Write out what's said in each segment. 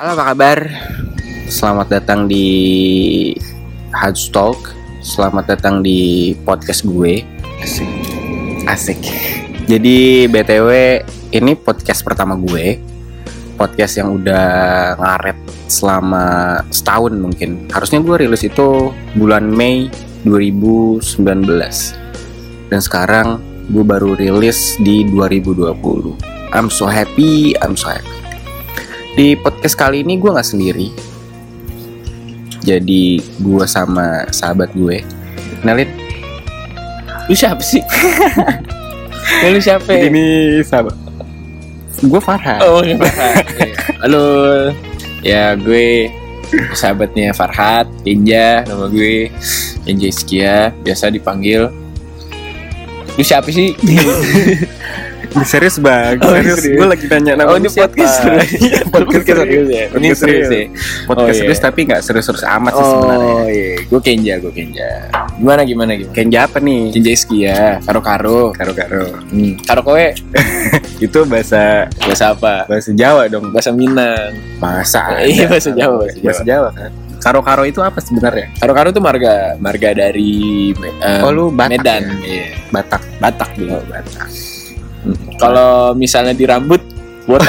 Halo, apa kabar? Selamat datang di Haj Talk. Selamat datang di podcast gue. Asik. Jadi BTW ini podcast pertama gue. Podcast yang udah ngaret selama setahun mungkin. Harusnya gue rilis itu bulan Mei 2019. Dan sekarang gue baru rilis di 2020. I'm so happy. Di podcast kali ini gue gak sendiri. Jadi gue sama sahabat gue. Kenalin. Lu siapa sih? Lu siapa? Ini sahabat. Gue Farhan. Oh, Farhan. Halo. Ya, gue sahabatnya Farhat, Kenja, nama gue Kenja Iskia, biasa dipanggil. Lu siapa sih? Serius bang, serius. Gue lagi tanya nama ini podcast serius ya. Ini serius ya. Podcast serius tapi nggak serius amat sih sebenarnya. Oh iya, gue Kenja. Gimana? Kenja apa nih? Kenja Iskia, karo. Karo kowe. Itu bahasa apa? Bahasa Jawa dong. Bahasa Minang. Iya bahasa Jawa. Bahasa Jawa kan. Karo itu apa sebenarnya? Karo itu marga dari lu Batak, Medan. Ya? Iya. Batak dulu. Batak. Kalau misalnya di rambut botak.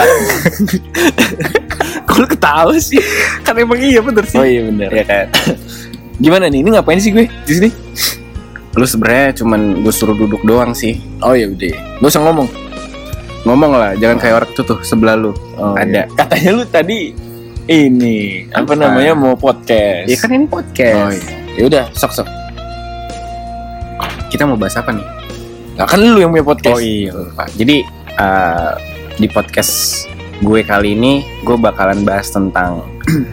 Kok lu ketawa sih? Kan emang iya bener sih. Oh iya bener. Ya kan. Gimana nih? Ini ngapain sih gue di sini? Lu sebenarnya cuman gue suruh duduk doang sih. Oh ya udah. Gak usah Ngomong lah, jangan kayak orang tuh sebelah lu. Oh, ada. Iya. Katanya lu tadi ini apa namanya mau podcast. Ya kan ini podcast. Oh iya. Ya udah, sok. Kita mau bahas apa nih? Nah, kan lu yang punya podcast. Oh iya lupa. Jadi di podcast gue kali ini gue bakalan bahas tentang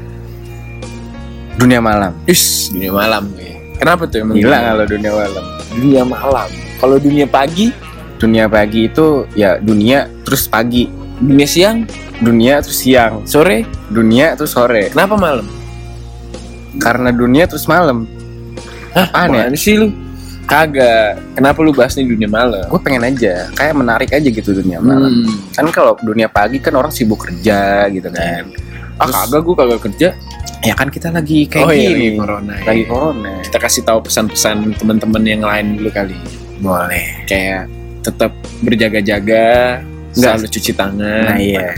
dunia malam. Dunia malam nih. Kenapa tuh emang? Gila kalau dunia malam. Dunia malam. Kalau dunia pagi? Dunia pagi itu ya dunia terus pagi. Dunia siang? Dunia terus siang. Sore? Dunia terus sore. Kenapa malam? Karena dunia terus malam. Hah? Apaan ya? Sih lu? Kagak. Kenapa lu bahas nih dunia malam? Gue pengen aja, kayak menarik aja gitu dunia malam. Kan kalau dunia pagi kan orang sibuk kerja gitu kan. Kagak, gue kagak kerja. Ya kan kita lagi kayak Lagi gini. corona. Lagi corona. Kita kasih tahu pesan-pesan teman-teman yang lain dulu kali. Boleh. Kayak tetap berjaga-jaga, selalu cuci tangan. Nah iya.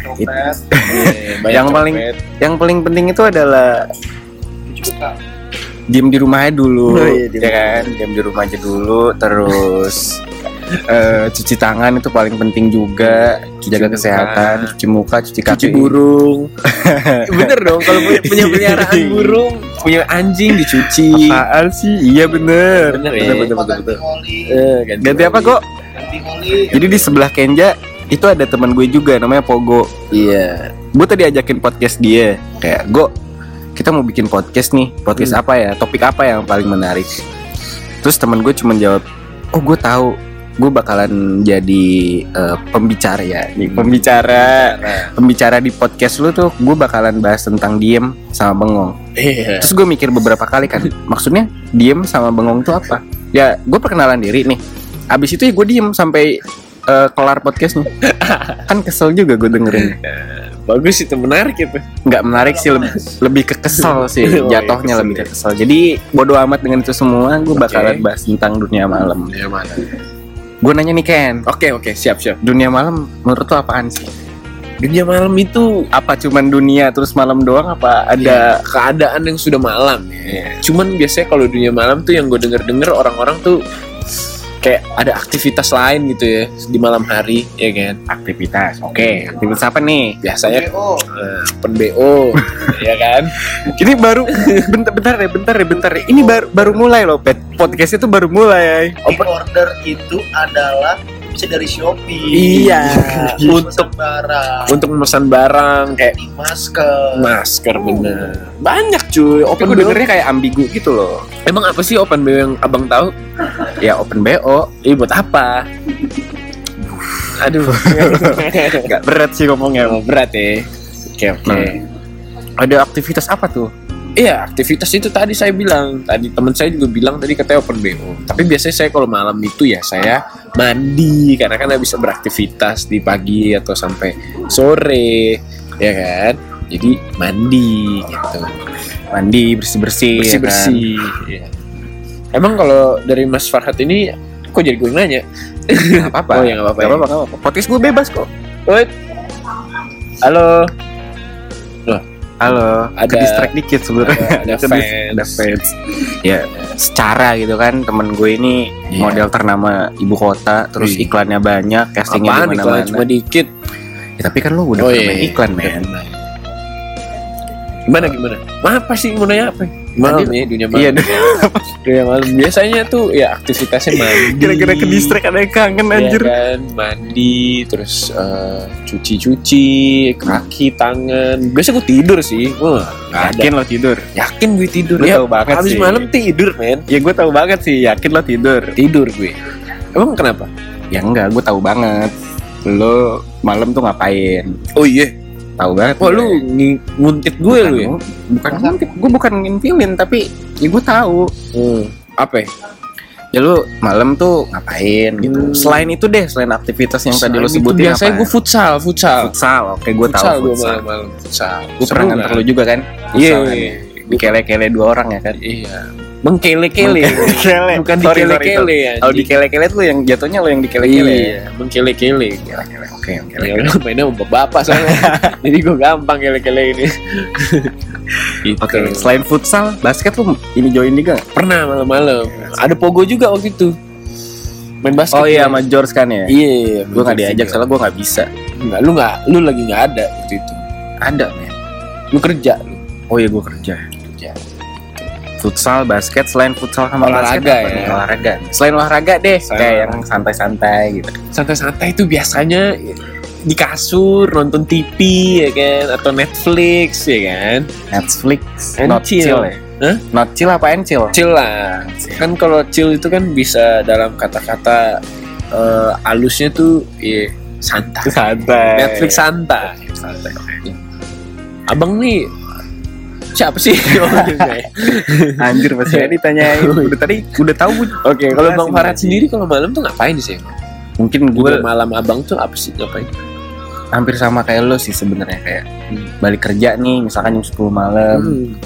Yang paling penting itu adalah diem di rumah aja dulu, ya kan? Diem di rumah aja dulu, terus cuci tangan itu paling penting juga, jaga kesehatan, cuci muka, cuci kaki, cuci burung. Bener dong, kalau punya peliharaan burung, punya anjing dicuci. Apaan sih? Iya bener. Betul. Ganti apa kok? Ganti oli. Jadi di sebelah Kenja itu ada teman gue juga namanya Pogo. Iya. Gue tadi ajakin podcast dia, kayak kita mau bikin podcast nih. Podcast apa ya? Topik apa yang paling menarik? Terus teman gue cuma jawab, oh gue tahu, gue bakalan jadi pembicara ya. Pembicara di podcast lu tuh gue bakalan bahas tentang diem sama bengong. Iya. Terus gue mikir beberapa kali kan, maksudnya diem sama bengong itu apa? Ya gue perkenalan diri nih. Abis itu ya gue diem sampai kelar podcastnya. Kan kesel juga gue dengerin. Bagus, itu menarik itu. Nggak menarik sih, lebih ke kesel sih. Jatuhnya lebih ke kesel. Jadi bodo amat dengan itu semua. Gue bakalan bahas tentang dunia malam. Dunia malam. Gue nanya nih Ken. Oke, siap. Dunia malam menurut lo apaan sih? Dunia malam itu apa cuman dunia terus malam doang, apa ada keadaan yang sudah malam ya. Cuman biasanya kalau dunia malam tuh yang gue denger orang-orang tuh kayak ada aktivitas lain gitu ya di malam hari, ya kan? Aktivitas. Oke. Aktivitas apa nih? Biasanya open BO, ya kan? Ini baru bentar deh. Ini baru mulai loh, Pet. Podcastnya tuh baru mulai. Open order itu adalah bisa dari Shopee. Iya. Untuk memesan barang kayak masker bener. Banyak cuy. Open BO dengernya kayak ambigu gitu loh. Emang apa sih open BO yang abang tahu? Ya open BO. Buat apa? Aduh. Gak berat sih ngomongnya. Berat ya. Oke. Ada aktivitas apa tuh? Iya, aktivitas itu tadi saya bilang. Tadi teman saya juga bilang tadi katanya open BO. Tapi biasanya saya kalau malam itu ya saya mandi, karena kan nggak bisa beraktivitas di pagi atau sampai sore, ya kan? Jadi mandi gitu. Mandi bersih-bersih. Bersih-bersih. Iya. Emang kalau dari Mas Farhat ini kok jadi gue yang nanya? Gak apa-apa. Oh ya nggak apa-apa. Gak apa-apa. Podcast gue bebas kok. Wait. Halo. Halo, Ada- ke distract dikit sebenarnya. ada Ada fans. Ya, secara gitu kan temen gue ini Iya. model ternama ibu kota, terus Wih. iklannya banyak, castingnya Apaan di iklannya mana-mana. cuma dikit. Ya, tapi kan lu udah pernah main iklan, men. Gimana? Apa sih mau nanya apa? Malam ya, dunia malam. Iya, Dunia malam. Biasanya tuh ya aktivitasnya mandi. kira-kira ke distract ada yang kangen Iya anjir. kan, mandi, terus cuci-cuci, kaki, tangan. Biasa gue tidur sih. Wah, nggak ada. Yakin lo tidur? Yakin gue tidur. Lu Ya, tahu banget habis sih. malam tidur, men. Ya gue tahu banget sih, yakin lo tidur. Tidur gue. Emang kenapa? Ya enggak, gue tahu banget. Lo malam tuh ngapain? Oh iya. Tahu banget. Wah, gue. lu nguntit gue lu ya? Bukan ngintip, gue bukan ngintilin, tapi ya gue tahu. Apa ya? Ya lu malam tuh ngapain gitu. Selain itu deh, selain aktivitas yang tadi lu Selain itu sebutin biasanya apa? gue futsal. Futsal, oke gue tahu Futsal gue futsal. malam-malam. Futsal. Gue pernah nganter lu juga kan? Iya. Futsal kan? Dikele-kele 2 orang ya kan? Iya. Mengkele-kele. Mengkele. Bukan Sorry, dikele-kele ya. Kalau dikele-kele tuh yang jatuhnya lo yang dikele-kele. Iya, mengkele-kele. Oke, Ya, kele-kele. lu mainnya sama bapak soalnya. Jadi gue gampang kele-kele ini. Gitu. Oke, selain futsal, basket lu ini join juga nggak? Pernah malam-malam. Ada pogo juga waktu itu. Main basket. Oh iya, ya. sama George kan ya? Iya, Gue nggak diajak soalnya gue nggak bisa. Enggak, lu lagi nggak ada waktu itu. Ada men. Lu kerja lu. Oh iya gue kerja. Futsal, basket, selain futsal sama Olahraga basket apa ya. nih? Olahraga. Selain olahraga deh, Selain kayak olahraga. yang santai-santai gitu. Santai-santai itu biasanya di kasur nonton TV ya kan atau Netflix ya kan. Netflix, And not chill. chill ya? Hah? Not chill apa and chill? Chill lah. Kan kalau chill itu kan bisa dalam kata-kata halusnya tuh ya santai. Santai. Netflix santai. Santai. Abang nih siapa sih? Anjir masih ditanyain. Udah tadi udah tahu. Oke, kalau Bang Jelasin Farhat tadi. sendiri kalau malam tuh ngapain sih? Mungkin Gue gue malam abang tuh apa sih ngapain? hampir sama kayak lo sih sebenarnya, kayak balik kerja nih misalkan jam 10 malam,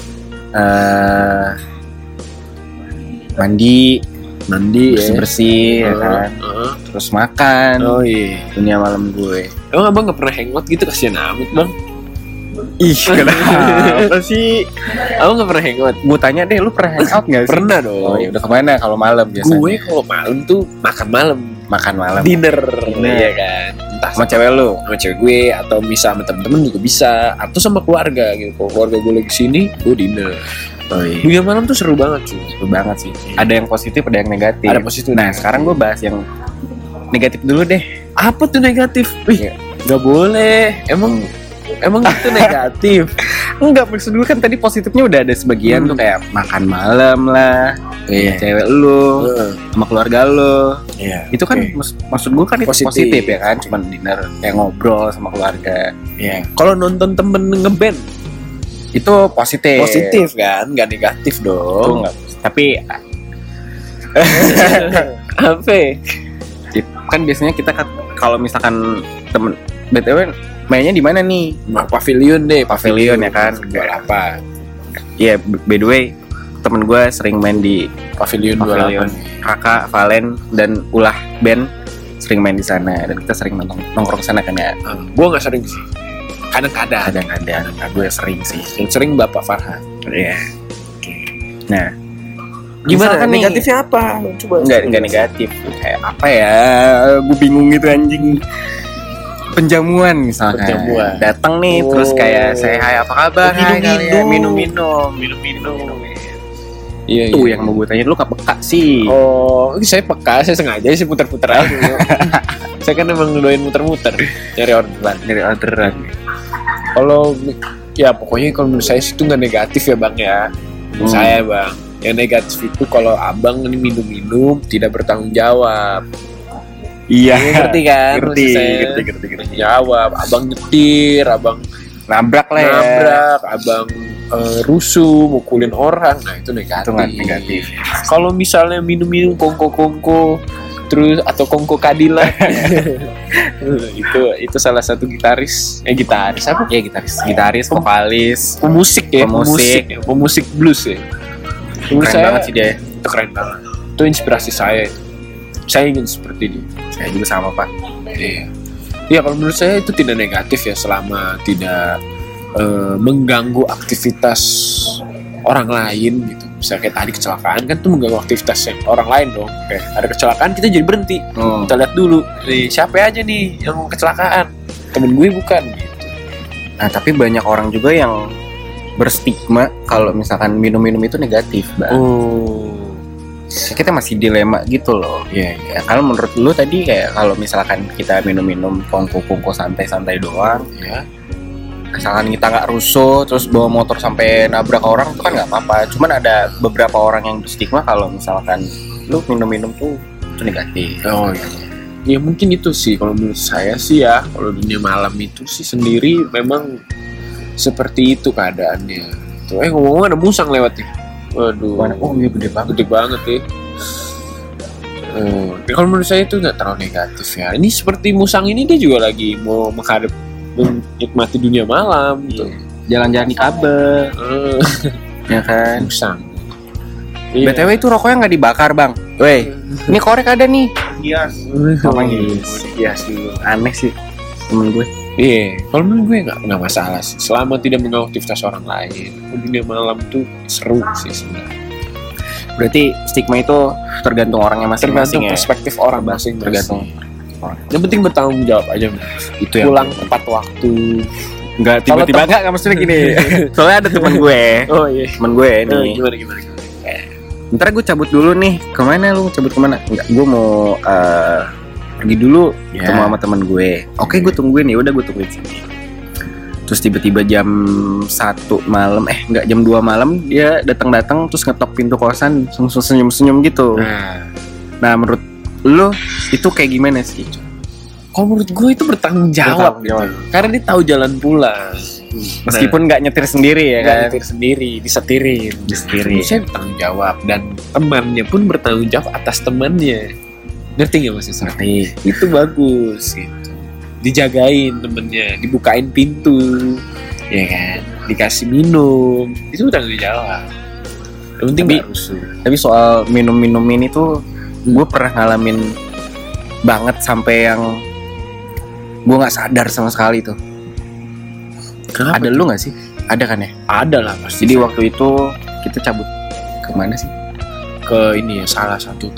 mandi Mandi bersih ya kan, terus makan. Oh iya. Dunia malam gue. Emang abang nggak pernah hangout gitu, kasihan amat bang. Ih, kenapa sih? Abang nggak pernah hangout? Gue tanya deh, lu pernah hangout nggak sih? Pernah dong. Oh ya udah kemana kalau malam biasanya? Gue kalau malam tuh makan malam, Makan malam. dinner, Dinner. iya kan. Entah Sama cewek lu? sama cewek gue atau bisa sama temen-temen juga bisa, atau sama keluarga gitu. Kalau keluarga gue lagi sini, gue dinner. Oh iya. Dunia malam tuh seru banget cuy. Seru banget sih. Ada yang positif, ada yang negatif. Ada positif. Nah sekarang gue bahas yang negatif dulu deh. Apa tuh negatif? Wih, Iya. nggak boleh. Emang itu negatif. Enggak, maksud gue kan tadi positifnya udah ada sebagian tuh kayak makan malam lah, Iya. cewek lu, sama keluarga lu. Iya. Itu kan maksud gue kan itu Positif. positif ya kan, cuman dinner kayak ngobrol sama keluarga. Iya. Kalau nonton temen ngeband, Itu positif. positif kan, nggak negatif Itu dong. enggak. Tapi Apa? kan biasanya kita kalau misalkan temen BTW mainnya di mana nih? Pavilion deh, Pavilion ya kan? Enggak apa? Iya, by the way, temen gue sering main di Pavilion Pavilion. 28. Kakak, Valen, dan Ulah band sering main di sana dan kita sering nongkrong sana kan ya. Gue nggak sering sih. Kadang-kadang. Kadang-kadang gue sering sih. Yang sering Bapak Farhan. Iya. Nah, Gimana? misalkan nih- Negatifnya apa? Coba. Enggak negatif. Kayak apa ya? Gue bingung gitu anjing. Penjamuan misalkan. Penjamuan. Datang nih Oh. terus kayak saya hai apa kabar? Hai, kalian. Minum-minum. Iya. Tuh iya. yang mau gue tanya, lu peka sih? Oh, ini saya peka, saya sengaja sih putar-putar aja. Saya kan emang doain muter-muter nyari orderan. Dari orderan. Kalau ya pokoknya kalau menurut saya sih itu nggak negatif ya bang ya. Menurut saya bang, yang negatif itu kalau abang ini minum-minum tidak bertanggung jawab. Iya. Ngerti kan? Ngerti, Maksud saya? ngerti. Jawab, abang nyetir, abang Nabrak lah ya. nabrak, abang rusuh, mukulin orang, nah itu negatif. Itu nggak negatif. Kalau misalnya minum-minum kongko-kongko terus atau Kongko Kadila. itu salah satu gitaris apa Ya gitaris, vokalis, pemusik blues ya. Menurut keren saya banget sih dia. itu keren banget, itu inspirasi saya. Saya ingin seperti dia. Saya juga sama Pak. Iya. Ya kalau menurut saya itu tidak negatif ya, selama tidak mengganggu aktivitas orang lain gitu. Misalnya kayak tadi kecelakaan kan tuh mengganggu aktivitas orang lain dong. Kayak ada kecelakaan kita jadi berhenti. Kita lihat dulu nih, siapa aja nih yang kecelakaan, temen gue bukan gitu. Nah tapi banyak orang juga yang berstigma kalau misalkan minum-minum itu negatif, Bang. Kita masih dilema gitu loh. Iya. Ya, kalau menurut lu tadi kayak kalau misalkan kita minum-minum kongko santai-santai doang, Ya. misalkan kita nggak rusuh terus bawa motor sampai nabrak orang itu kan nggak apa-apa. Cuman ada beberapa orang yang berstigma kalau misalkan lu minum-minum tuh itu negatif. Oh iya. Ya mungkin itu sih kalau menurut saya sih ya, kalau dunia malam itu sih sendiri memang seperti itu keadaannya. Tuh ngomong-ngomong ada musang lewat nih. Waduh. Oh iya gede banget. Gede banget ya. Ya kalau menurut saya itu nggak terlalu negatif ya. Ini seperti musang ini dia juga lagi mau menikmati dunia malam gitu. Jalan-jalan di kabel, ya kan. Musang. BTW itu rokoknya nggak dibakar, Bang. Weh, ini korek ada nih. Yes. Yes dulu. Aneh sih temen gue. Iya, kalau menurut gue nggak masalah sih, selama tidak mengganggu aktivitas orang lain. Dunia malam tuh seru sih sebenarnya. Berarti stigma itu tergantung orangnya masing-masing Tergantung ya. perspektif orang masing-masing. Tergantung. Yang penting bertanggung jawab aja, Itu yang pulang tepat waktu. Enggak tiba-tiba enggak maksudnya gini. Soalnya ada teman gue. Oh iya. Temen gue nih. Gimana? Ntar gue cabut dulu nih. Kemana lu? Cabut kemana? Enggak, gue mau pergi dulu ketemu sama temen gue. Oke, gue tungguin ya. Udah gue tungguin sini. Terus tiba-tiba jam 1 malam, enggak jam 2 malam dia datang terus ngetok pintu kosan, senyum-senyum gitu. Nah, menurut lu itu kayak gimana sih? Kalau menurut gue itu bertanggung jawab gitu. Karena dia tahu jalan pulang. Meskipun nggak nyetir sendiri ya Nggak kan? nyetir sendiri, disetirin. Saya bertanggung jawab dan temannya pun bertanggung jawab atas temannya. Ngerti nggak maksud saya? Itu bagus gitu. Dijagain temennya, dibukain pintu, ya kan? Dikasih minum, itu bertanggung jawab. Yang penting nggak rusuh. Tapi soal minum-minum ini tuh gue pernah ngalamin banget sampai yang gue nggak sadar sama sekali tuh. Kenapa? Ada lu nggak sih? Ada kan ya? Ada lah pasti. Jadi waktu itu kita cabut kemana sih? Ke ini ya, salah satu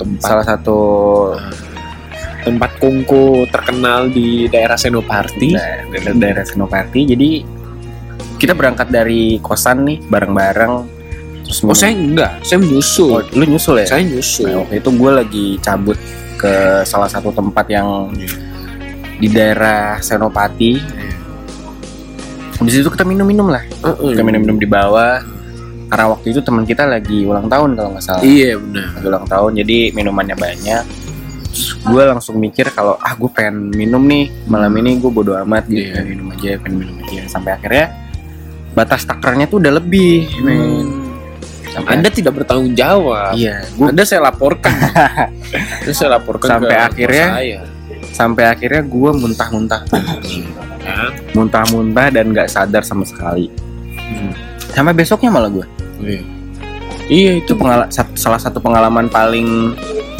tempat kongko terkenal di daerah Senopati. Daerah Senopati. Jadi kita berangkat dari kosan nih bareng-bareng. Terus saya enggak, saya menyusul. Oh, lu nyusul ya? Saya nyusul. Nah, waktu itu gue lagi cabut ke salah satu tempat yang di daerah Senopati. Habis itu kita minum-minum lah. Kita minum-minum di bawah. Karena waktu itu teman kita lagi ulang tahun kalau nggak salah. Iya benar. Lagi ulang tahun, jadi minumannya banyak. Terus gue langsung mikir kalau gue pengen minum nih malam ini, gue bodo amat gitu. Pengen minum aja. Sampai akhirnya batas takernya tuh udah lebih. Anda tidak bertanggung jawab. Iya. Anda saya laporkan. Sampai akhirnya gue muntah-muntah. Muntah-muntah dan nggak sadar sama sekali. Sampai besoknya malah gue. Iya itu salah satu pengalaman paling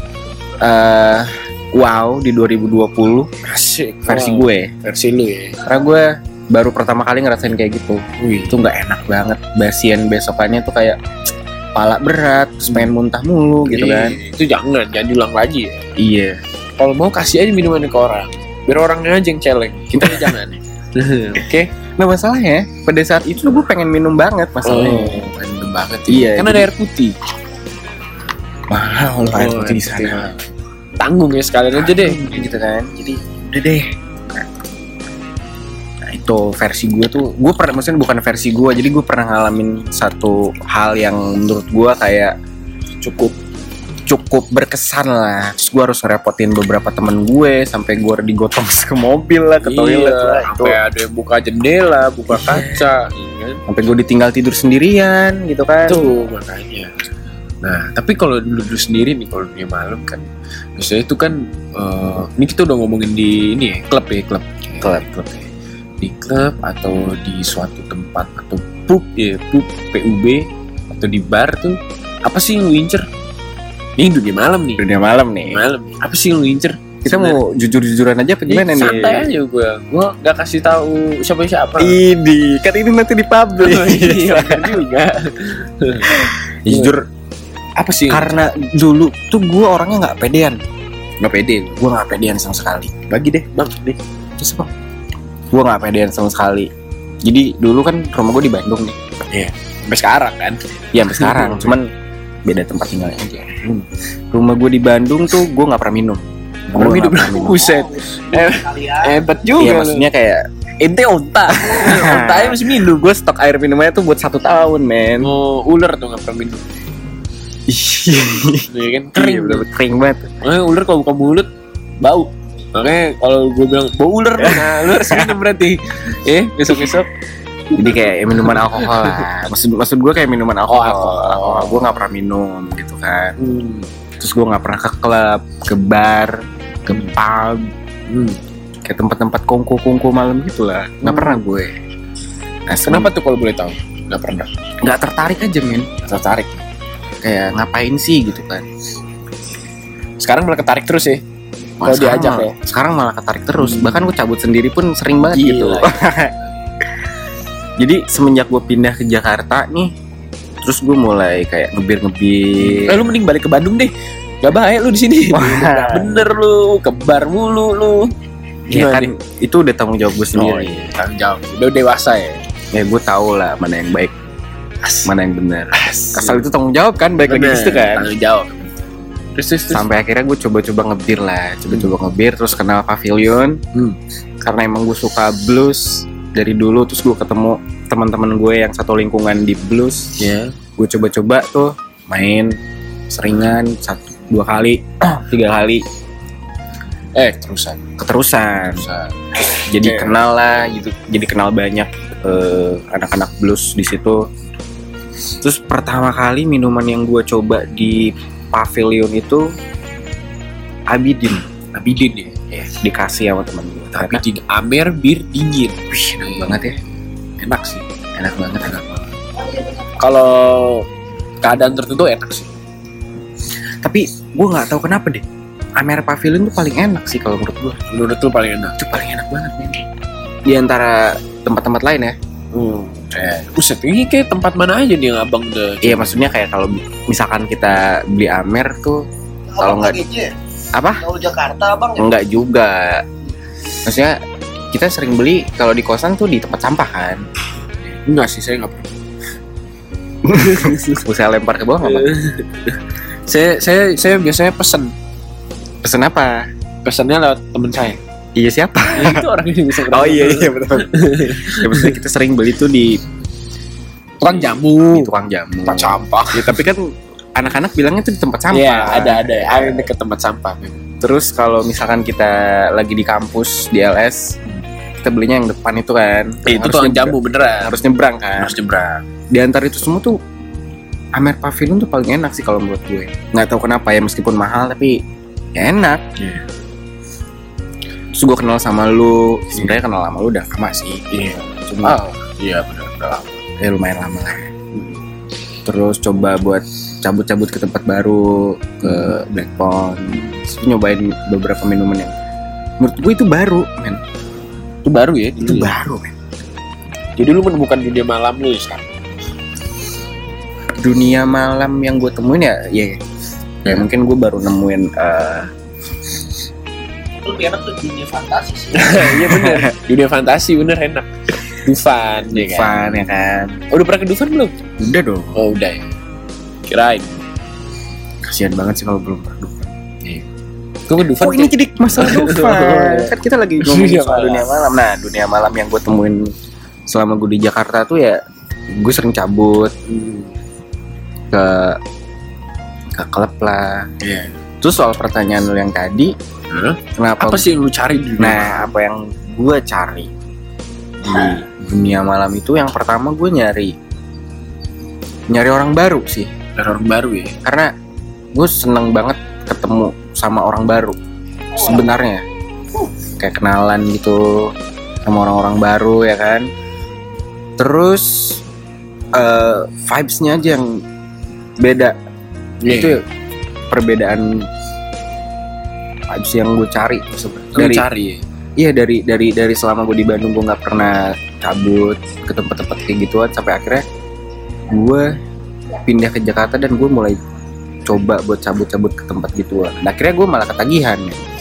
wow di 2020. Asik. Versi gue. Versi lu ya. Karena gue baru pertama kali ngerasain kayak gitu. Itu nggak enak banget. Basian besokannya tuh kayak kepala berat, terus pengen muntah mulu gitu kan. Itu jangan diulang lagi ya. Iya. Kalau mau kasih aja minumannya ke orang, biar orangnya aja yang celeng. Kita jangan. Oke. Nah masalahnya pada saat itu gue pengen minum banget masalahnya. Pengen minum banget. Iya. Kan ada air putih. Mahal air putih di sana. Tanggung ya sekalian aja deh. Gitu kan. Jadi udah deh. Nah itu versi gue tuh. Gue pernah, maksudnya bukan versi gue. Jadi gue pernah ngalamin satu hal yang menurut gue kayak cukup berkesan lah. Terus gue harus ngerepotin beberapa temen gue sampai gue digotong ke mobil lah, ke toilet lah. Sampai ada yang buka jendela, buka kaca, kan? Sampai gue ditinggal tidur sendirian gitu kan. Tuh makanya. Nah, tapi kalau dulu sendiri nih, kalau dunia malam kan biasanya itu kan ini kita udah ngomongin di ini ya, klub ya. Di klub atau di suatu tempat atau pub PUB atau di bar tuh apa sih yang lu incer? Ini dunia malam nih. Dunia malam nih. Malam. Apa sih yang lu incer? Kita mau jujur-jujuran aja apa gimana nih? Santai aja gue gak kasih tahu siapa-siapa. Ini kan ini nanti dipublish. Iya, bener juga. Jujur, Apa sih? karena dulu tuh gue orangnya nggak pedean. Nggak pede. Gue nggak pedean sama sekali. Bagi deh, bang deh. Terus apa? Gue nggak pedean sama sekali. Jadi dulu kan rumah gue di Bandung nih. Sampai sekarang kan. Iya sampai sekarang. Cuman beda tempat tinggalnya aja. Rumah gue di Bandung tuh gue nggak pernah minum. Gua nggak pernah minum. Buset. Kalian Hebat juga. Iya lu. maksudnya kayak Ente onta. Ontanya masih minum. gue stok air minumnya tuh buat 1 tahun men. Mau ular tuh nggak pernah minum. Iya kan kering. Iya, bener-bener kering banget. Makanya ular kalau buka mulut bau. Makanya kalau gue bilang bau ular, nah lu harus minum berarti. Besok-besok. Jadi kayak minuman alkohol lah. Maksud gue kayak minuman alkohol. alkohol. Gue nggak pernah minum gitu kan. Terus gue nggak pernah ke klub, ke bar, ke pub, kayak tempat-tempat kongko malam gitu lah. Nggak pernah gue. Nah, Kenapa tuh kalau boleh tahu? Nggak pernah. nggak tertarik aja men? Tertarik. Kayak ngapain sih gitu kan? Sekarang malah ketarik terus ya. Kalau Sekarang diajak malah- ya. Sekarang malah ketarik terus. Bahkan gue cabut sendiri pun sering banget Gila. gitu. Jadi semenjak gue pindah ke Jakarta nih, terus gue mulai kayak ngebir. Lu mending balik ke Bandung deh. Gak baik lu di sini. Gak bener lu, ke bar mulu lu. Ya Gimana kan itu udah tanggung jawab gue sendiri. Tanggung jawab. Udah dewasa ya. Ya gue tahu lah mana yang baik, mana yang benar. Asal Kasal itu tanggung jawab kan, baik lagi di situ kan. Tanggung jawab. Terus. Sampai akhirnya gue coba-coba ngebir lah, ngebir, terus kenal Pavilion. Karena emang gue suka blues dari dulu, terus gue ketemu teman-teman gue yang satu lingkungan di blues. Ya. Gue coba-coba tuh main seringan 1, 2 kali, 3 kali, keterusan. Jadi Oke. kenal lah gitu, jadi kenal banyak anak-anak blues di situ. Terus pertama kali minuman yang gue coba di Pavilion itu Abidin ya. dikasih sama teman gue. Tapi tidak Amer bir dingin. Wih, enak banget ya, Enak sih. enak banget. Kalau keadaan tertentu enak sih. Tapi gue nggak tahu kenapa deh, Amer Pavilion tuh paling enak sih kalau menurut gue. Menurut lu paling enak. Itu paling enak banget men. Di antara tempat-tempat lain ya. Buset, ini kayak tempat mana aja nih yang abang udah. Iya maksudnya kayak kalau misalkan kita beli Amer tuh kalau nggak GC, apa? kalau Jakarta bang ya. Enggak juga. Maksudnya kita sering beli kalau di kosan tuh di tempat sampah kan. Enggak sih, saya nggak pernah. Bisa lempar ke bawah apa? Saya biasanya Pesen apa? pesannya lewat temen saya. Iya siapa? Itu orang yang bisa Oh iya betul. Ya maksudnya kita sering beli tuh di tukang jamu, tukang jamu. tempat sampah. Ya, tapi kan anak-anak bilangnya tuh di tempat sampah. Iya, ada dekat tempat sampah. Terus kalau misalkan kita lagi di kampus di LS, kita belinya yang depan itu kan. Itu Harus tukang nyebrang. jamu beneran. Harus nyebrang kan. Harus nyebrang. Di antara itu semua tuh Amer Pavilion tuh paling enak sih kalau menurut gue. Nggak tahu kenapa ya, meskipun mahal tapi ya enak. Iya. Terus gue kenal sama lu, sebenarnya kenal sama lu udah lama sih. Iya. Cuma Iya benar. ya lumayan lama lah. Terus coba buat cabut-cabut ke tempat baru, ke Black Pond. Terus nyobain beberapa minuman yang menurut gue itu baru, men. Itu baru ya? Itu baru, men. Jadi lu menemukan dunia malam lu ya sekarang? Dunia malam yang gue temuin ya mungkin gue baru nemuin Itu lebih enak tuh dunia fantasi sih. Iya bener. Dunia fantasi bener enak. Dufan ya kan? Dufan ya kan. Oh, udah pernah ke Dufan belum? Udah dong. Oh udah ya. Kirain. Kasian banget sih kalau belum pernah Dufan. Gue ke Dufan. Oh ini jadi masalah Dufan. Kan kita lagi ngomongin Dunia soal malam. dunia malam. Nah dunia malam yang gue temuin selama gue di Jakarta tuh ya gue sering cabut ke klub lah. Iya. Terus soal pertanyaan lu yang tadi, kenapa? Apa sih yang lu cari di dunia? Nah apa yang gue cari di dunia malam itu yang pertama gue nyari orang baru sih. Dari orang baru ya. Karena gue seneng banget ketemu sama orang baru sebenarnya, kayak kenalan gitu sama orang-orang baru ya kan. Terus vibes-nya aja yang beda. Itu perbedaan vibes yang gue cari dari cari ya? Iya, dari selama gue di Bandung gue nggak pernah cabut ke tempat-tempat kayak gituan, sampai akhirnya gue pindah ke Jakarta dan gue mulai coba buat cabut-cabut ke tempat gituan. Dan akhirnya gue malah ketagihan.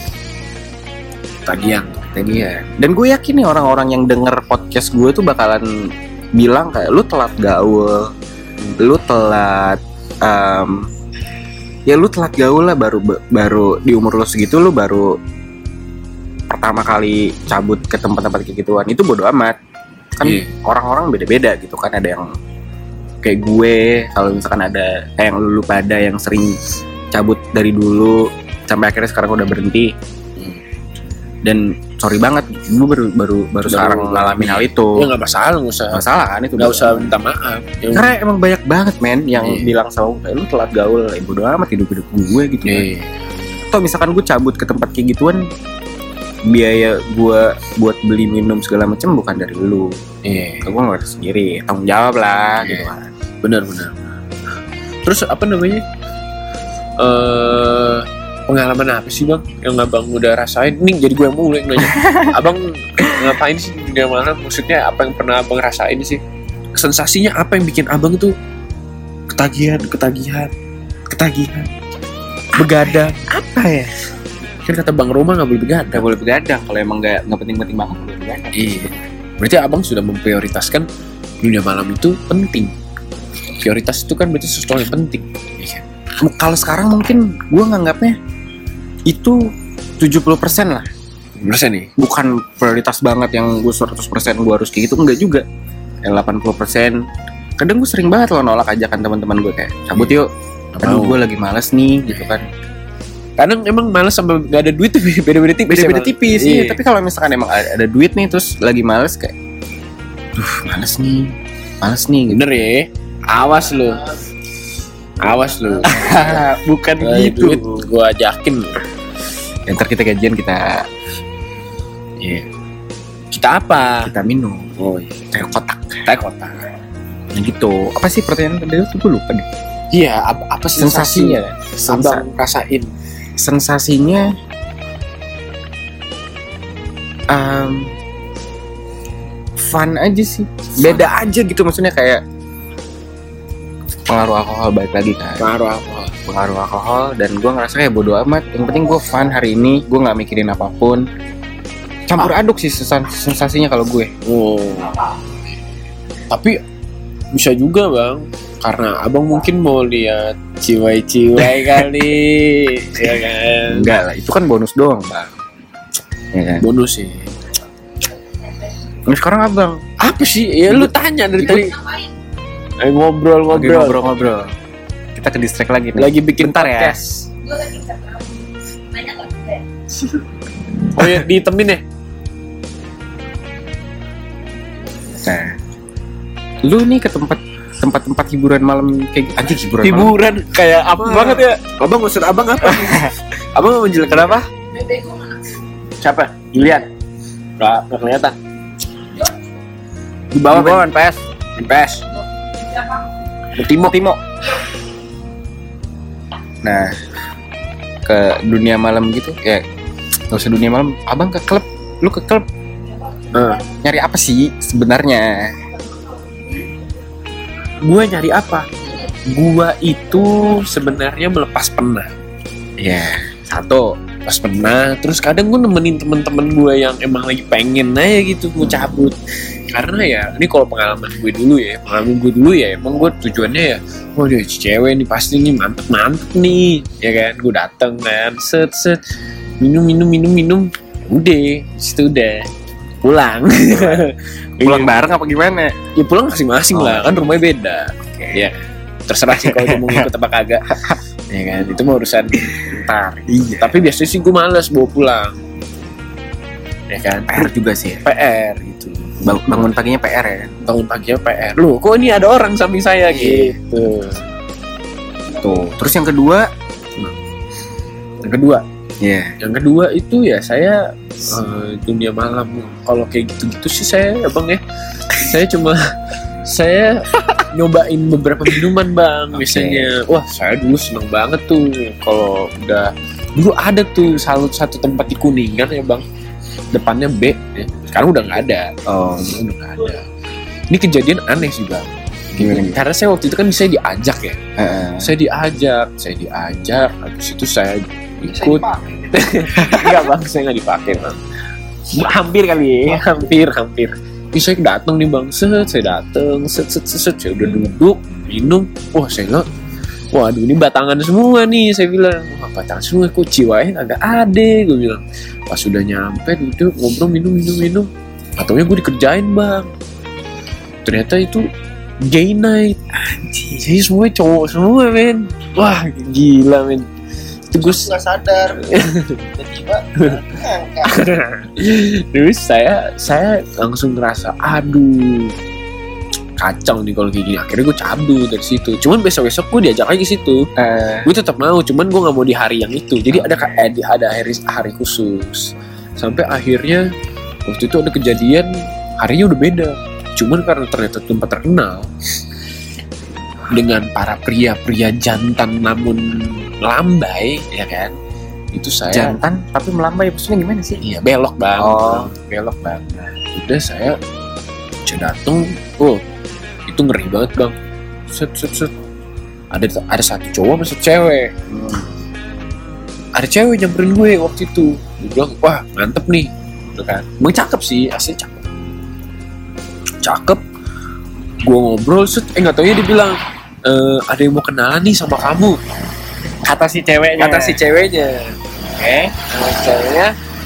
Dan gue yakin nih orang-orang yang denger podcast gue tuh bakalan bilang kayak lu telat gaul, lu telat ya lu telat gaul lah, baru di umur lu segitu lu baru pertama kali cabut ke tempat-tempat kayak gituan. Itu bodo amat kan. Orang-orang beda-beda gitu kan. Ada yang kayak gue, kalau misalkan ada kayak yang lu pada yang sering cabut dari dulu sampai akhirnya sekarang udah berhenti. Dan sorry banget, gue baru sekarang ngalamin hal itu. Ya nggak masalah kan itu. Nggak usah minta maaf. Karena emang banyak banget men yang bilang sama gue, lu telat gaul, bodo amat hidup gue gitu kan. Atau misalkan gue cabut ke tempat kayak gituan, biaya gue buat beli minum segala macam bukan dari lu. Gue nggak sendiri, tanggung jawab lah gitu kan. Benar. Terus apa namanya? Pengalaman apa sih bang yang abang udah rasain? Nih jadi gue yang mulai nanya. Abang ngapain sih di dunia malam? Maksudnya apa yang pernah abang rasain sih? Sensasinya apa yang bikin abang tuh ketagihan, begadang? Apa ya? Kan kata Bang Roma nggak boleh begadang. Kalau emang nggak penting-penting banget boleh begadang. Iya. Berarti abang sudah memprioritaskan dunia malam itu penting. Prioritas itu kan berarti sesuatu yang penting. Iya. Kalau sekarang mungkin gue nganggapnya itu 70% lah. Persen nih. Bukan prioritas banget yang gue 100% gue harus kayak gitu, enggak juga. Yang 80%. Kadang gue sering banget loh nolak ajakan teman-teman gue kayak cabut yuk. Aduh gue lagi malas nih gitu kan. Kadang emang malas sampai gak ada duit tuh beda-beda tipis. Iya. Tapi kalau misalkan emang ada duit nih terus lagi malas kayak malas nih gitu. Bener ya. Awas lu. Bukan gitu. Duit gue ajakin. Ntar kita gajian kita kita apa? Kita minum. Oh iya. Kayak kotak. Nah gitu. Apa sih pertanyaan tadi itu gue lupa deh. Iya, apa sensasinya? Abang rasain. Sensasinya fun aja sih. Beda aja gitu, maksudnya kayak pengaruh alkohol balik lagi kan. Pengaruh alkohol dan gue ngerasa kayak bodo amat. Yang penting gue fun hari ini, gue nggak mikirin apapun. Campur aduk sih sensasinya kalau gue. Tapi bisa juga bang, karena abang mungkin mau lihat ciwai-ciwai kali, ya kan? Enggak lah, itu kan bonus doang bang. Ya kan? Bonus sih. Nah, sekarang abang apa sih? Ya lu tanya dari tadi. Ngobrol. Kita ke distract lagi nih. Lagi bikin bentar podcast. Oh ya, ditemin ya? Nah, lu nih ke tempat hiburan malam kayak anjing hiburan malam. Kayak apa banget ya? Abang maksud abang apa? Abang mau menjelaskan apa? Siapa? Dilihat. Enggak kelihatan. Di bawah PS. Timo. Nah, ke dunia malam gitu kayak nggak usah dunia malam. Abang ke klub, lu ke klub. Nyari apa sih sebenarnya? Gua nyari apa? Gua itu sebenarnya melepas penat. Ya, satu pas penat. Terus kadang gue nemenin temen-temen gue yang emang lagi pengen aja gitu gue cabut. Karena ya ini kalau pengalaman gue dulu ya, emang gue tujuannya ya, wah dia cewek nih pasti nih mantep nih, ya kan? Gue dateng kan, set minum, udah, situ udah pulang. Pulang bareng apa gimana? Ya pulang masing-masing lah, kan rumahnya beda. Ya terserah sih kalau mau ngikut apa kagak. Ya kan, itu mah urusan ntar. Iya. Tapi biasanya sih gue males bawa pulang. Ya kan, PR juga sih. PR gitu. Bangun paginya PR ya. Bangun paginya PR. Loh, kok ini ada orang samping saya gitu. Tuh. Terus yang kedua? Yang kedua itu ya saya dunia malam. Kalau kayak gitu-gitu sih saya Bang ya. Saya nyobain beberapa minuman Bang. Biasanya wah saya dulu seneng banget tuh kalau udah dulu ada tuh satu tempat di Kuningan ya Bang, depannya B ya. Sekarang udah nggak ada. Udah nggak ada. Ini kejadian aneh sih Bang. Karena saya waktu itu kan saya diajak ya. Saya diajak habis itu saya ikut. Enggak Bang, saya nggak dipakai Bang. Hampir kali ya, hampir. Ini saya datang nih Bang, saya datang, saya udah duduk, minum, waduh ini batangan semua nih, saya bilang, wah batangan semua, kok jiwanya agak ade, gue bilang. Pas sudah nyampe, duduk, ngobrol, minum, ataunya gue dikerjain Bang. Ternyata itu gay night, anjir, jadi semuanya cowok semua men, wah gila men. Terus nggak sadar tiba-tiba terus saya langsung ngerasa aduh kacau nih kalau kayak gini. Akhirnya gue cabut dari situ. Cuman besok gue diajak lagi ke situ. Gue tetap mau, cuman gue nggak mau di hari yang itu. Jadi ada hari khusus. Sampai akhirnya waktu itu ada kejadian harinya udah beda. Cuman karena ternyata tempat terkenal dengan para pria-pria jantan namun melambai, ya kan? Itu saya jantan tapi melambai, maksudnya gimana sih? Iya, belok Bang. Belok Bang. Udah saya datang, itu ngeri banget Bang. Set. Ada satu cowok sama satu cewek. Ada cewek nyamperin gue waktu itu. Gue bilang, wah mantep nih, gitu kan? Emang cakep sih, asli cakep. Gue ngobrol, nggak taunya dia bilang, ada yang mau kenalan nih sama kamu. Kata si ceweknya. Oke. Ceweknya,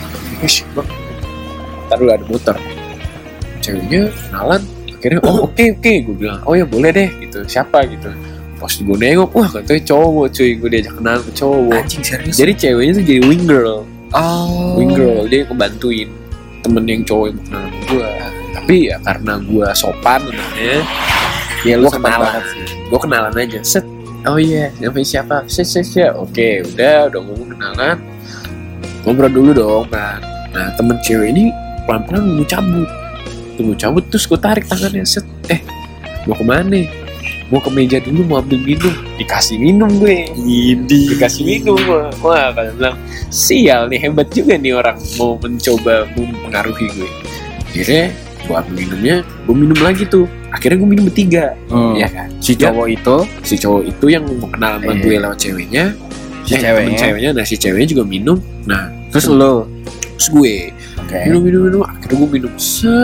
ntar dulu ada motor. Ceweknya kenalan, akhirnya oke. Gue bilang, oh ya boleh deh, gitu. Siapa gitu. Pas gue nengok, wah katanya cowok cuy. Gue diajak kenalan ke cowok. Anjing serius? Jadi ceweknya tuh jadi wing girl. Wing girl, dia ngebantuin temen yang cowok yang mau kenalan sama gue. Tapi ya karena gue sopan namanya, ya gue kenalan aja. Set. Oh iya, namanya siapa? Set. Oke, udah ngomong kenalan. Ngobrol dulu dong, Pak. Nah, temen cewek ini pelan-pelan mau cabut. Terus gue tarik tangannya. Set. Mau kemana? Mau ke meja dulu, mau ambil minum. Dikasih minum gue. Dikasih minum gue. Wah, kalian bilang, sial nih, hebat juga nih orang mau mencoba mempengaruhi gue. Akhirnya gue ambil minumnya, gue minum lagi tuh. Akhirnya gue minum bertiga, ya kan? Si cowok itu yang mau kenal sama gue lewat ceweknya, ceweknya, nah si ceweknya juga minum. Nah, terus gue minum. Akhirnya gue minum,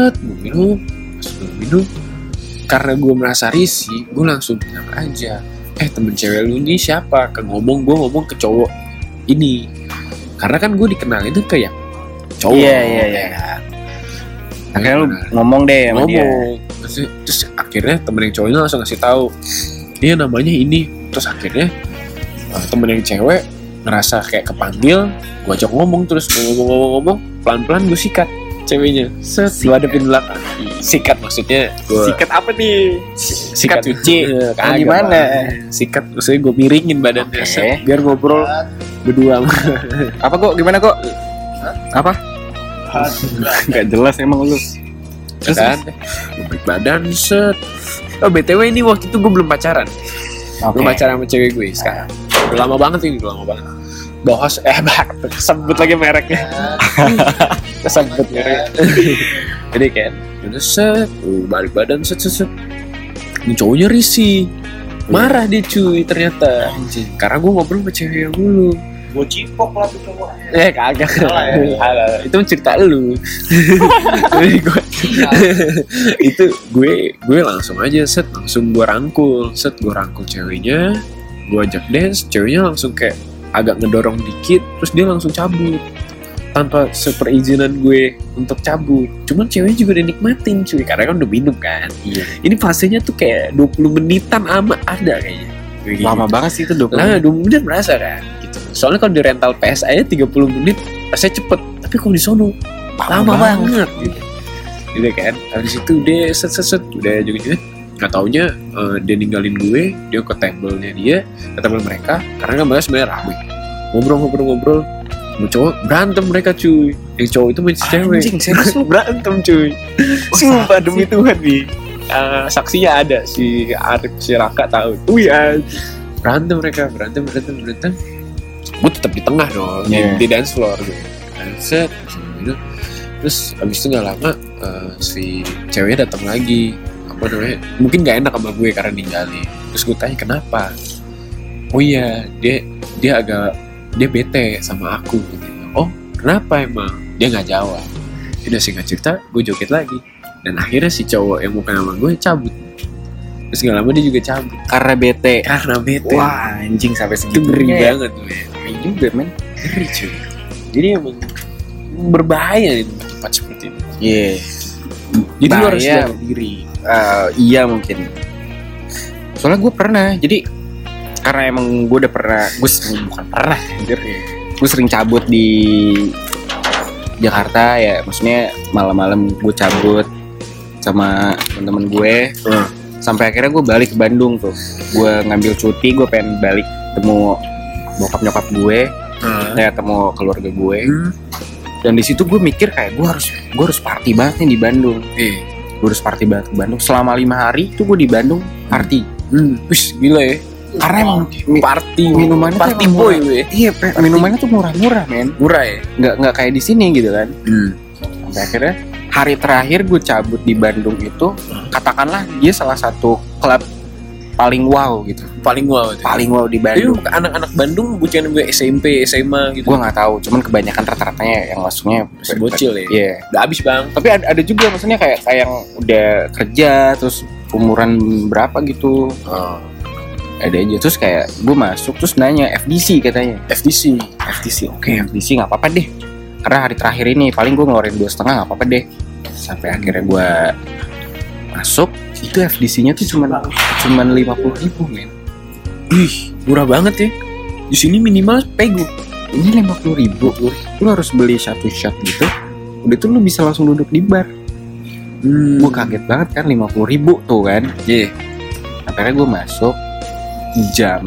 minum. Karena gue merasa risih, gue langsung bilang aja, temen cewek lu ini siapa? Gue ngomong ke cowok ini, karena kan gue dikenalin tuh ke yang cowok. Iya. Akhirnya lu ngomong deh sama dia. Terus akhirnya temen yang cowoknya langsung ngasih tahu, dia namanya ini. Terus akhirnya temen yang cewek ngerasa kayak kepanggil, gue ajak ngomong, terus ngomong pelan-pelan gue sikat ceweknya. Gue hadapin belakang. Sikat maksudnya sikat apa nih? Sikat cuci. Gimana? Sikat maksudnya gue miringin badannya biar ngobrol berdua. Apa kok? Gimana kok? Apa? Gak jelas emang lu. Terus kan, balik badan set. BTW ini waktu itu gue belum pacaran. Belum pacaran sama cewek gue sekarang. Udah lama banget. Bahas sebut lagi mereknya. Kesebut mereknya. Jadi kan, udah set, balik badan set. Ini cowoknya risih. Marah dia cuy ternyata. Karena gue ngobrol sama cewek yang dulu. Gue cipok lah tuh cowok. Kagak. Itu cerita lu. Itu gue langsung aja langsung gue rangkul ceweknya, gue ajak dance, ceweknya langsung kayak agak ngedorong dikit, terus dia langsung cabut tanpa seperizinan gue untuk cabut. Cuman ceweknya juga udah nikmatin cuy, karena kan udah minum kan. Iya. Ini fasenya tuh kayak 20 menitan ada kayaknya. Lama banget sih itu 20 menit. Nah 20 menit berasa kan gitu. Soalnya kalau di rental PS aja 30 menit rasanya cepet, tapi kalau di sono lama banget gitu. Udah kan, habis itu udah set udah juga nggak taunya dia ninggalin gue, dia ke table-nya dia, ke table mereka, karena kan mereka sebenarnya rame, ngobrol, sama cowok berantem mereka cuy, yang cowok itu main cewek, Anjing, serius lu? berantem cuy, sumpah demi Tuhan nih, saksinya ada si Arif si Raka tahu, berantem mereka, berantem, gue tetap di tengah dong, di dance floor gitu, set, gitu. Terus abis itu nggak lama si ceweknya datang lagi, apa namanya, mungkin nggak enak sama gue karena ninggalin. Terus gue tanya kenapa, oh iya dia bete sama aku gitu. Oh kenapa emang, dia nggak jawab. Udah singkat cerita gue joget lagi, dan akhirnya si cowok yang bukan sama gue cabut. Terus nggak lama dia juga cabut Karena bete. Wah anjing sampai itu segitu. ngeri banget men, Ngeri juga men. ngeri cuy. Jadi emang berbahaya di tempat-tempat seperti ini. Iya. Jadi lu harus Bahaya. jaga diri. Iya mungkin. Soalnya gue pernah. Jadi karena emang gue udah pernah. Bukan pernah anjir. Gue sering cabut di Jakarta ya. Maksudnya malam-malam gue cabut sama temen-temen gue. Sampai akhirnya gue balik ke Bandung tuh. Gue ngambil cuti. Gue pengen balik temu bokap nyokap gue. Ya temu keluarga gue. Dan di situ gue mikir kayak gue harus party banget nih di Bandung. Gue harus party banget di Bandung. Selama 5 hari tuh gue di Bandung party. Wih gila ya. Karena emang minumannya party tuh boy murah. lu ya. Iya, minumannya tuh murah-murah men. Murah ya. Nggak kayak di sini gitu kan. Sampai akhirnya hari terakhir gue cabut di Bandung itu, katakanlah dia salah satu klub paling wow gitu. Paling wow tuh. Paling wow di Tapi Bandung. anak-anak Bandung bukan gue SMP, SMA gitu. Gue nggak tahu, cuman kebanyakan rata-ratanya yang masuknya Masih bocil ya. Iya. Udah abis bang. Tapi ada juga maksudnya kayak yang udah kerja terus umuran berapa gitu. Ada aja terus kayak gue masuk terus nanya FDC katanya. FDC oke FDC nggak apa-apa deh. Karena hari terakhir ini paling gue ngeluarin 2,5 nggak apa-apa deh. Sampai akhirnya gue masuk itu FDC-nya tuh cuman 50.000 men. Ih murah banget ya. Di sini minimal pego. Ini 50.000 lu harus beli satu shot gitu. Udah tuh lu bisa langsung duduk di bar. Gue kaget banget kan 50.000 tuh kan. Iya. Akhirnya gue masuk jam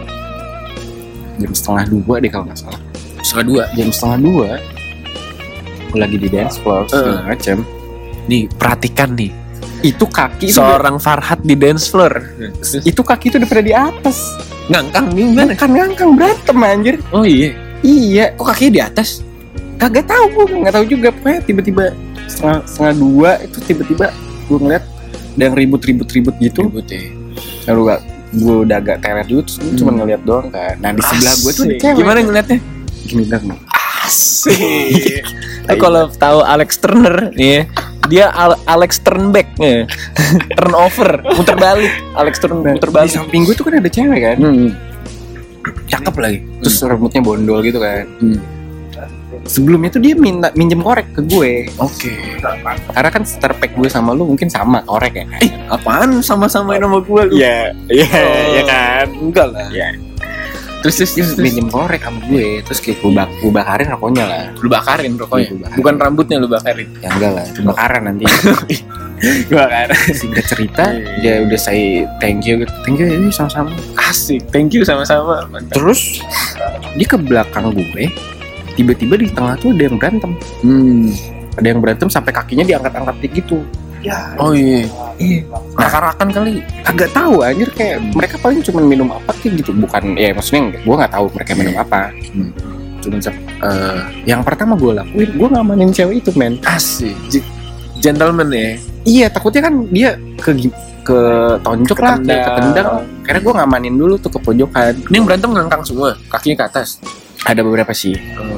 1:30 deh kalau nggak salah. 1:30. Jam 1:30 gue lagi di dance floor segala macam. Nih perhatikan nih. Itu kaki Seorang Farhat di dance floor. itu kaki itu udah pada di atas. Ngangkang gimana? Kan ngangkang berantem anjir. Oh iya. Iya, Kok kakinya di atas? kagak tahu gue, nggak tahu juga. Pokoknya tiba-tiba setengah dua itu tiba-tiba gue ngeliat ada yang ribut gitu. Ribut ya. Lalu gue udah agak teler dulu, terus gue cuma ngeliat doang kan. Nah di sebelah gue tuh ada cewek. Gimana ngeliatnya? Gini dong. Asik. Lu kalau tahu Alex Turner nih ya, dia Alex Turnback ya. Turnover, muter balik. Alex Turner muter Di balik. samping gue tuh kan ada cewek kan. Cakep lagi. Terus rambutnya bondol gitu kan. Sebelumnya tuh dia minjem korek ke gue. Oke. Karena kan starter pack gue sama lu mungkin sama korek ya. Apaan sama-samain sama gue lu? Iya, ya kan. Enggak lah. Iya. Terus Dia minjem korek sama gue. Terus kayak gue bakarin rokoknya lah. lu bakarin rokoknya. Lu bakarin. Bukan rambutnya lu bakarin. Ya enggak lah, bakaran nanti. Gue bakarin. Singkat cerita, dia udah say thank you ini sama-sama. Asik. Thank you sama-sama. Mantap. Terus dia ke belakang gue, tiba-tiba di tengah tuh ada yang berantem. Ada yang berantem sampai kakinya diangkat-angkat gitu. Ya. Oh iya. Iya. Rakar-rakan kali. Agak tahu anjir kayak mereka paling cuma minum apa kayak gitu. Bukan ya maksudnya gue nggak tahu mereka minum apa. Cuman yang pertama gue lakuin, gue ngamanin cewek itu men. Asik. Gentleman ya. Iya takutnya kan dia ke tonjok lah, ketendang. Karena gue ngamanin dulu tuh ke pojokan. Ini yang berantem ngangkang semua, kakinya ke atas. Ada beberapa sih.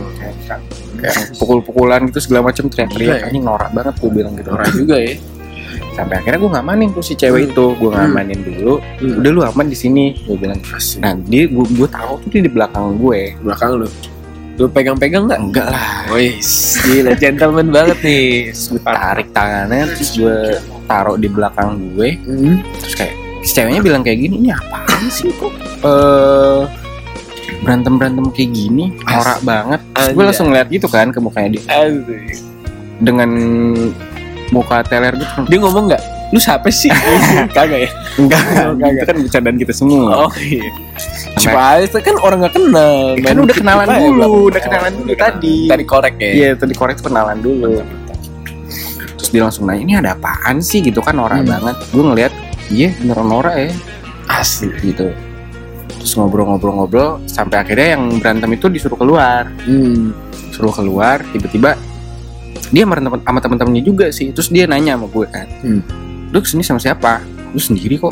Kayak pukul-pukulan gitu segala macam teriak-teriak. Gila ya. Anjing norak banget gue bilang gitu. Norak juga ya. Sampai akhirnya gue ngamanin tuh si cewek itu, gue ngamanin dulu. Udah lu aman di sini, gue bilang. Nah dia gue tahu tuh dia di belakang gue. Belakang lu. Lu pegang-pegang nggak? Enggak lah. Wis, gila gentleman banget nih. Gue tarik tangannya, terus gue taruh di belakang gue. Terus kayak si ceweknya bilang kayak gini, ini apaan sih kok? Berantem kayak gini, norak banget. Terus gue langsung ngeliat gitu kan ke mukanya dia. Asik. Dengan muka teler gitu. Dia ngomong nggak? Lu siapa sih? Kagak ya? Enggak, itu kan bercandaan kita semua. Oh iya. Siapa itu kan orang nggak kenal. Kan udah kenalan dulu, tadi. Tadi korek ya. Iya, tadi korek kenalan dulu. Terus dia langsung nanya, ini ada apaan sih gitu kan, norak banget. Gue ngeliat, iya beneran norak ya. Asli Gitu. Terus ngobrol sampai akhirnya yang berantem itu disuruh keluar. Suruh keluar, tiba-tiba dia sama teman-temannya juga sih. Terus dia nanya sama gue kan, lu kesini sama siapa? Lu sendiri kok.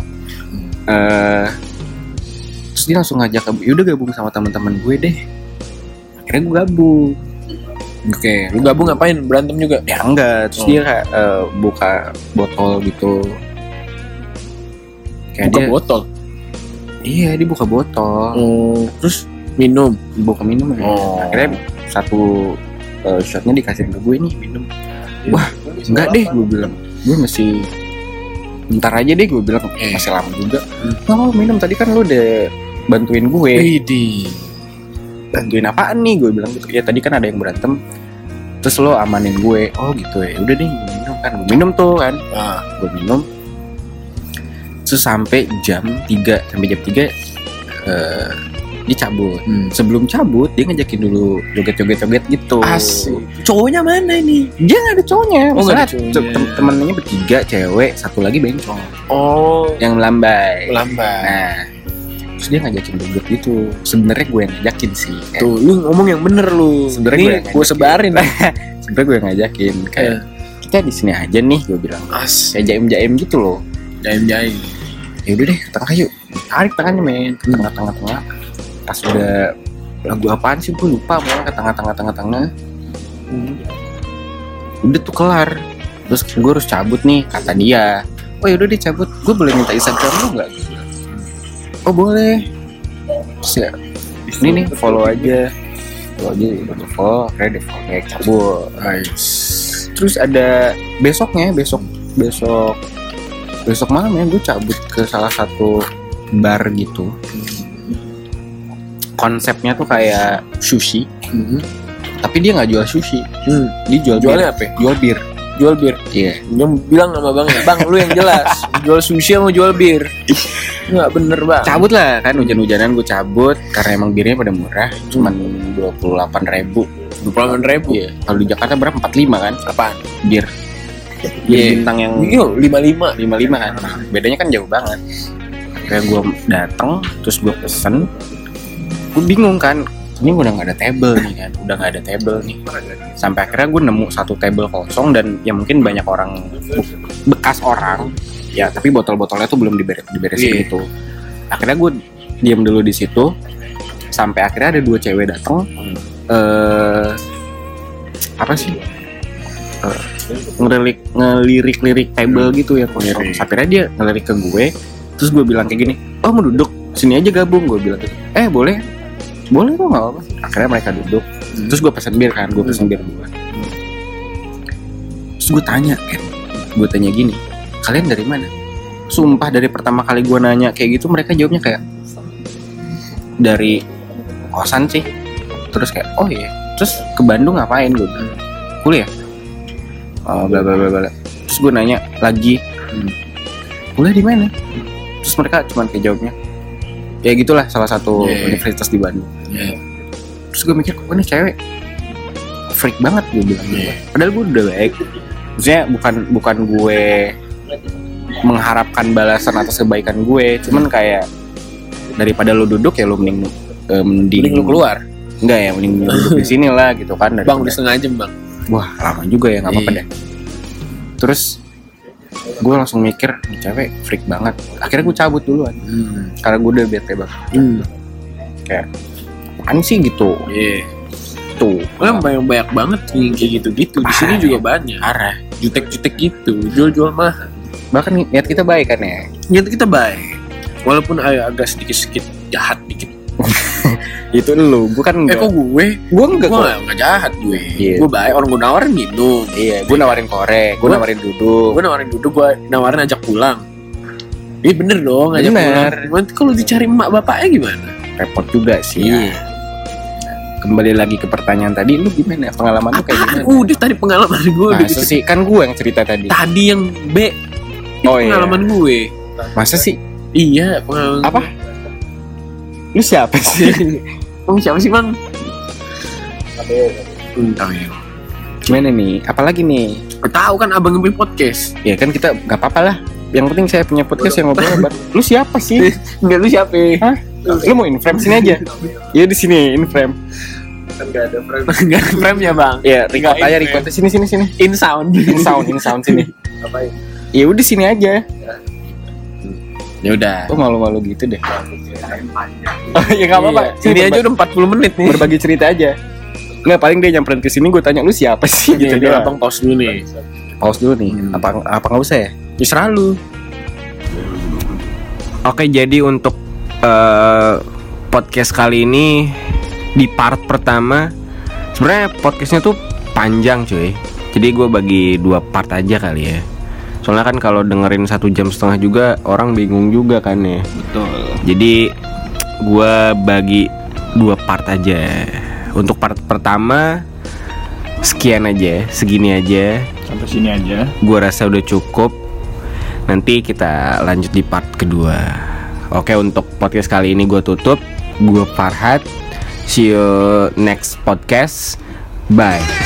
Terus dia langsung ngajak, yaudah gabung sama teman-teman gue deh. Akhirnya gue gabung. Oke, lu gabung ngapain? Berantem juga? Ya enggak. Terus dia kayak buka botol gitu. Kayak Buka dia, botol? Iya, dia buka botol. Terus minum? Buka minum ya. Akhirnya satu shotnya dikasih ke gue nih, minum. Wah, enggak deh, gue bilang. Gue masih bentar aja deh, gue bilang. Masih lama juga. Oh, minum, tadi kan lu udah bantuin gue. Widih. Bantuin apaan nih, gue bilang gitu. Ya tadi kan ada yang berantem, terus lo amanin gue. Oh gitu ya, udah deh minum kan. Gue minum tuh kan. Gue minum. Terus sampai jam 3 dia cabut. Sebelum cabut dia ngajakin dulu joget gitu. Asik. Cowoknya mana ini? Dia nggak ada cowoknya. Oh, nggak ada cowoknya. Temennya bertiga, cewek, satu lagi bencong. Oh, Yang melambai. lambat. Nah, terus dia ngajakin joget gitu. Sebenarnya gue yang ngajakin sih. Tuh, lu ngomong yang bener lu. Sebenarnya gue sebarin. Sebenarnya gue yang ngajakin kayak kita di sini aja nih, gue bilang. Kayak jaim-jaim gitu loh. Jaim-jaim. Ya udah deh, ke tengah yuk. Tarik tangannya men, ke tengah-tengah. Pas udah lagu apaan sih gue lupa, malah ke tengah. Udah tuh kelar. Terus gue harus cabut nih, kata dia. Oh yaudah deh cabut, gue boleh minta Instagram lu nggak? Oh boleh. Terus ya, ini nih follow aja, udah follow, akhirnya dia follow back, cabut. Terus ada besok malam ya gue cabut ke salah satu bar gitu. Konsepnya tuh kayak sushi, tapi dia nggak jual sushi. Dia Jualnya apa? Jual bir. Iya. Dia bilang sama bang, lu yang jelas. Jual sushi sama jual bir. Nggak bener bang. Cabut lah kan, hujan-hujanan gue cabut karena emang birnya pada murah, cuman 28.000. 28.000. Iya. Kalau di Jakarta berapa? 45 kan? Apaan? Bir bintang yang 55. 55 kan. Bedanya kan jauh banget. Akhirnya gue datang, terus gue pesen. Gue bingung kan, ini udah nggak ada table nih. Sampai akhirnya gue nemu satu table kosong dan ya mungkin banyak orang, bekas orang ya, tapi botol-botolnya tuh belum diberesin gitu. Akhirnya gue diam dulu di situ sampai akhirnya ada 2 cewek datang. Ngelirik table gitu ya kosong. Akhirnya dia ngelirik ke gue, terus gue bilang kayak gini, oh mau duduk sini aja gabung, gue bilang gitu. Boleh kok, nggak apa-apa. Akhirnya mereka duduk. Terus gue pesen bir kan, gue 2. Terus gue tanya gini, kalian dari mana? Sumpah dari pertama kali gue nanya kayak gitu, mereka jawabnya kayak dari kosan sih. Terus kayak oh iya, terus ke Bandung ngapain? Gue bilang kuliah. Bla bla bla. Terus gue nanya lagi, kuliah di mana? Terus mereka cuma kayak jawabnya, ya gitulah, salah satu universitas di Bandung. Terus gue mikir, kok ini cewek freak banget, gue bilang. Padahal gue udah baik. Maksudnya bukan gue mengharapkan balasan atas kebaikan gue, cuman kayak daripada lo duduk ya lo mending lu keluar. Enggak ya, mending duduk di sini lah gitu kan. Bang, udah setengah jam bang. Wah lama juga ya, nggak apa-apa deh. Terus gue langsung mikir, ini cewek freak banget. Akhirnya gue cabut duluan, karena gue udah bete banget. Kayak apaan sih gitu. Tuh kan banyak banget kayak gitu-gitu. Di sini juga banyak. Arah Jutek-jutek gitu, jual-jual mahal. bahkan niat kita baik kan ya. Niat kita baik, walaupun agak sedikit jahat dikit. Itu lu, gue kan enggak. Kok gue Enggak kok. Nggak jahat gue. Iya. Gue baik, orang gue nawarin minum. Iya, gue nawarin korek, gue nawarin duduk. Gue nawarin ajak pulang. Iya bener dong, ajak Bener. pulang. Nanti kalau dicari emak bapaknya gimana? Repot juga sih. Iya. Kembali lagi ke pertanyaan tadi, lu gimana? Pengalaman lu kayak gimana? Udah tadi pengalaman gue udah Masa sih, kan gue yang cerita tadi. Tadi yang B. Oh, iya. pengalaman gue. Masa sih? Iya, pengalaman. Apa? Lu siapa sih? Kamu siapa sih, Bang? Ada Oh iya. Gimana nih? Apalagi nih? Tahu kan Abang Ngebi podcast. Ya kan kita gak apa-apa lah. Yang penting saya punya podcast yang ngobrol. Lu siapa sih? Enggak, lu siapa? Hah? Lu mau in frame sini aja? Iya di sini in frame. kan gak ada frame. Enggak ada frame-nya, Bang. Ya record Nggak aja in record frame. sini. In sound. In sound sini. Ngapain? Ya udah sini aja. Ya udah. Kok malu-malu gitu deh. Ceritain panjang. Oh, ya nggak apa-apa. Iya. Ini aja udah 40 menit nih. berbagi cerita aja. Nggak, paling dia nyamperin ke sini gue tanya lu siapa sih gitu Nih, dia. Abang pause dulu nih. Pause dulu nih. Apa nggak usah ya? Ya serah lu. Oke, jadi untuk podcast kali ini di part pertama sebenarnya podcastnya tuh panjang cuy. Jadi gue bagi 2 part aja kali ya. Soalnya kan kalau dengerin 1,5 jam juga orang bingung juga kan ya. Betul. Jadi gue bagi 2 part aja. Untuk part pertama sekian aja, segini aja. Sampai sini aja. Gue rasa udah cukup. Nanti kita lanjut di part kedua. Oke, untuk podcast kali ini gue tutup. Gue Farhat. See you next podcast. Bye.